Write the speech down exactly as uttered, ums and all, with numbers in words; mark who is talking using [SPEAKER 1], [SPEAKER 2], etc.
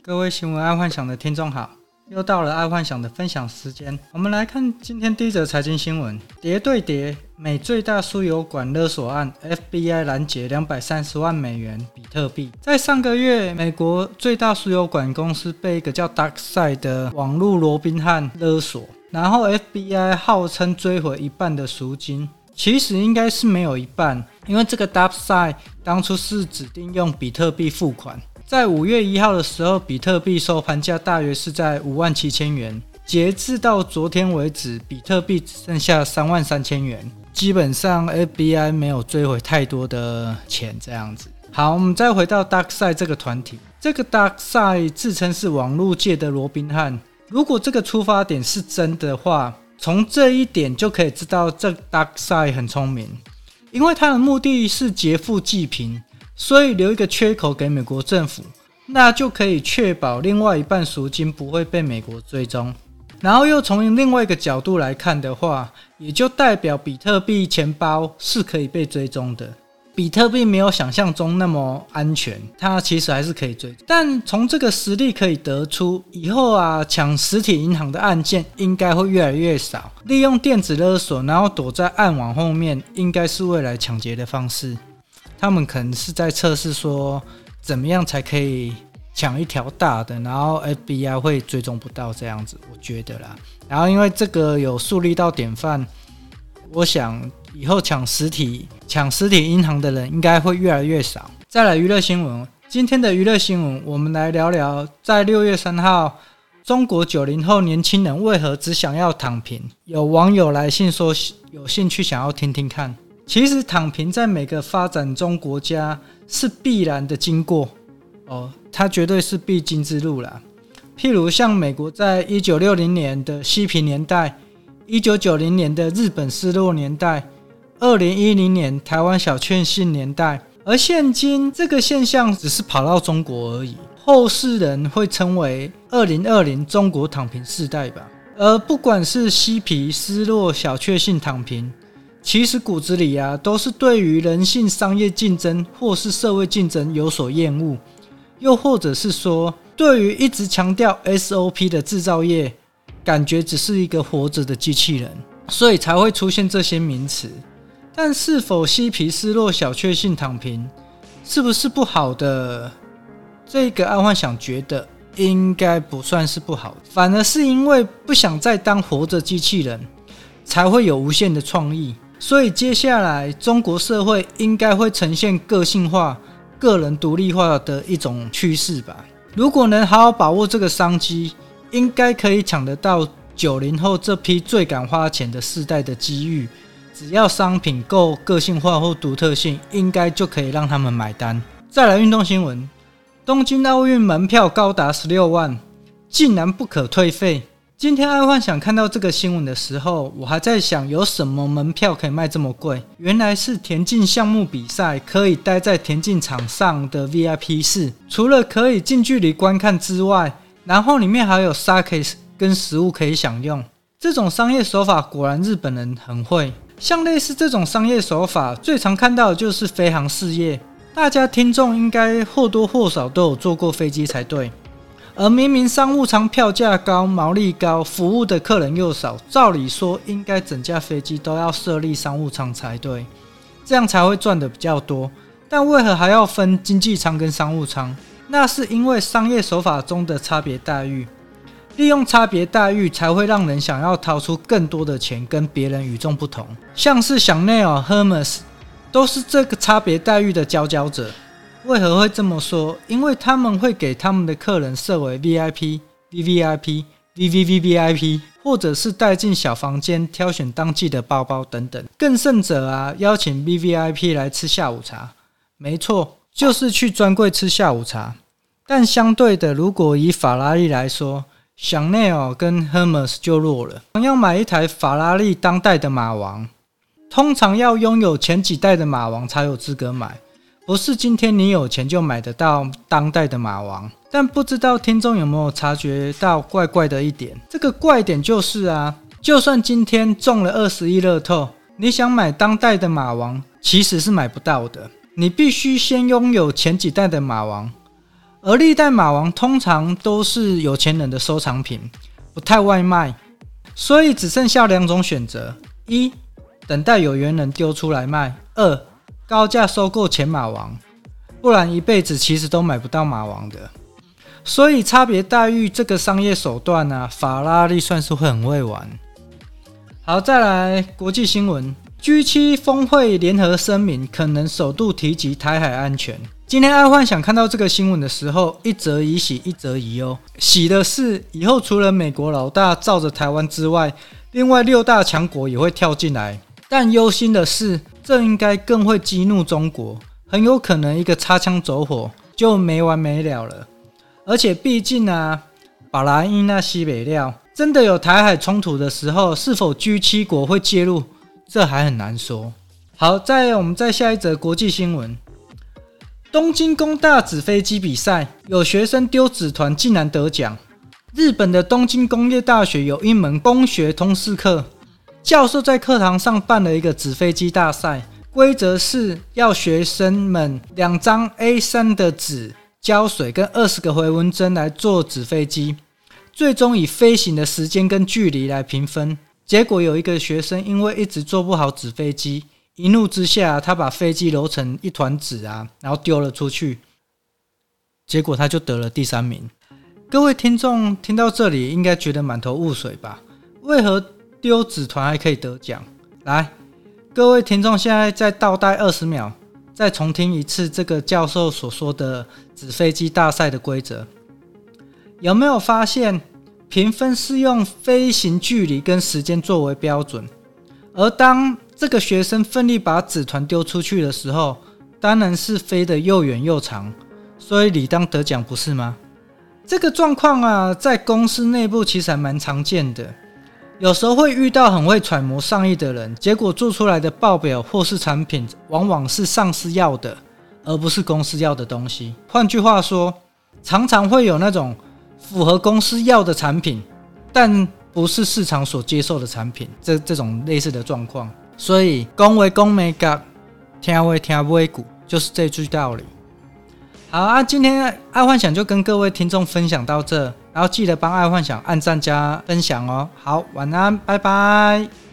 [SPEAKER 1] 各位新闻爱幻想的听众好，又到了爱幻想的分享时间。我们来看今天第一则财经新闻：谍对谍，美最大输油管勒索案 ，F B I 拦截两百三十万美元比特币。在上个月，美国最大输油管公司被一个叫 DarkSide 的网络罗宾汉勒索，然后 F B I 号称追回一半的赎金。其实应该是没有一半，因为这个 DarkSide 当初是指定用比特币付款。在五月一号的时候，比特币收盘价大约是在五万七千元，截至到昨天为止，比特币只剩下三万三千元，基本上 F B I 没有追回太多的钱这样子。好，我们再回到 DarkSide 这个团体，这个 DarkSide 自称是网络界的罗宾汉，如果这个出发点是真的话，从这一点就可以知道这 DarkSide 很聪明，因为他的目的是劫富济贫，所以留一个缺口给美国政府，那就可以确保另外一半赎金不会被美国追踪。然后又从另外一个角度来看的话，也就代表比特币钱包是可以被追踪的。比特币没有想象中那么安全，它其实还是可以追踪。但从这个实例可以得出，以后啊抢实体银行的案件应该会越来越少，利用电子勒索然后躲在暗网后面，应该是未来抢劫的方式。他们可能是在测试说怎么样才可以抢一条大的，然后 F B I 会追踪不到这样子，我觉得啦。然后因为这个有树立到典范，我想以后抢实体抢实体银行的人应该会越来越少。再来娱乐新闻，今天的娱乐新闻我们来聊聊，在六月三号，中国九零后年轻人为何只想要躺平？有网友来信说有兴趣想要听听看。其实躺平在每个发展中国家是必然的经过哦，它绝对是必经之路啦。譬如像美国在一九六零年的嬉皮年代，一九九零年的日本失落年代，二零一零年台湾小确幸年代，而现今这个现象只是跑到中国而已，后世人会称为二零二零中国躺平世代吧。而不管是嬉皮、失落、小确幸、躺平，其实骨子里啊，都是对于人性、商业竞争或是社会竞争有所厌恶，又或者是说，对于一直强调 S O P 的制造业，感觉只是一个活着的机器人，所以才会出现这些名词。但是否嬉皮、失落、小确幸、躺平，是不是不好的？这个爱幻想觉得应该不算是不好的，反而是因为不想再当活着机器人，才会有无限的创意。所以接下来中国社会应该会呈现个性化、个人独立化的一种趋势吧。如果能好好把握这个商机，应该可以抢得到九零后这批最敢花钱的世代的机遇。只要商品够个性化或独特性，应该就可以让他们买单。再来运动新闻，东京奥运门票高达十六万，竟然不可退费。今天爱幻想看到这个新闻的时候，我还在想有什么门票可以卖这么贵，原来是田径项目比赛可以待在田径场上的 V I P 室，除了可以近距离观看之外，然后里面还有 sake 跟食物可以享用。这种商业手法果然日本人很会。像类似这种商业手法最常看到的就是飞航事业，大家听众应该或多或少都有坐过飞机才对。而明明商务舱票价高、毛利高、服务的客人又少，照理说应该整架飞机都要设立商务舱才对，这样才会赚的比较多。但为何还要分经济舱跟商务舱？那是因为商业手法中的差别待遇，利用差别待遇才会让人想要掏出更多的钱，跟别人与众不同。像是香奈儿、Hermes 都是这个差别待遇的佼佼者。为何会这么说？因为他们会给他们的客人设为 V I P、V V I P、V V V V I P， 或者是带进小房间挑选当季的包包等等。更甚者啊，邀请 V V I P 来吃下午茶。没错，就是去专柜吃下午茶。但相对的，如果以法拉利来说，香奈儿跟 Hermes 就弱了。要买一台法拉利当代的马王，通常要拥有前几代的马王才有资格买。不是今天你有钱就买得到当代的马王。但不知道听众有没有察觉到怪怪的一点，这个怪点就是啊，就算今天中了二十亿乐透，你想买当代的马王其实是买不到的，你必须先拥有前几代的马王， 而历代马王通常都是有钱人的收藏品，不太外卖，所以只剩下两种选择：一、等待有缘人丢出来卖；二、高价收购前马王，不然一辈子其实都买不到马王的。所以差别待遇这个商业手段啊，法拉利算是会很会玩。好，再来国际新闻 ，G 七 峰会联合声明可能首度提及台海安全。今天爱幻想看到这个新闻的时候，一则以喜，一则以忧。喜的是，以后除了美国老大罩着台湾之外，另外六大强国也会跳进来。但忧心的是，这应该更会激怒中国，很有可能一个擦枪走火就没完没了了。而且毕竟啊，把拉因那西北料，真的有台海冲突的时候，是否 G 七 国会介入，这还很难说。好，再我们再下一则国际新闻。东京工大纸飞机比赛，有学生丢纸团竟然得奖。日本的东京工业大学有一门工学通识课，教授在课堂上办了一个纸飞机大赛，规则是要学生们两张 A 三 的纸、胶水跟二十个回纹针来做纸飞机，最终以飞行的时间跟距离来评分。结果有一个学生因为一直做不好纸飞机，一怒之下，他把飞机揉成一团纸啊，然后丢了出去，结果他就得了第三名。各位听众听到这里，应该觉得满头雾水吧？为何丢纸团还可以得奖？来，各位听众现在再倒带二十秒，再重听一次这个教授所说的纸飞机大赛的规则。有没有发现，评分是用飞行距离跟时间作为标准，而当这个学生奋力把纸团丢出去的时候，当然是飞得又远又长，所以理当得奖，不是吗？这个状况啊，在公司内部其实还蛮常见的，有时候会遇到很会揣摩上意的人，结果做出来的报表或是产品往往是上司要的，而不是公司要的东西。换句话说，常常会有那种符合公司要的产品，但不是市场所接受的产品，这这种类似的状况。所以讲话讲美角，听话听尾骨，就是这句道理。好啊，今天爱幻想就跟各位听众分享到这，然后记得帮爱幻想按赞加分享哦。好，晚安，拜拜。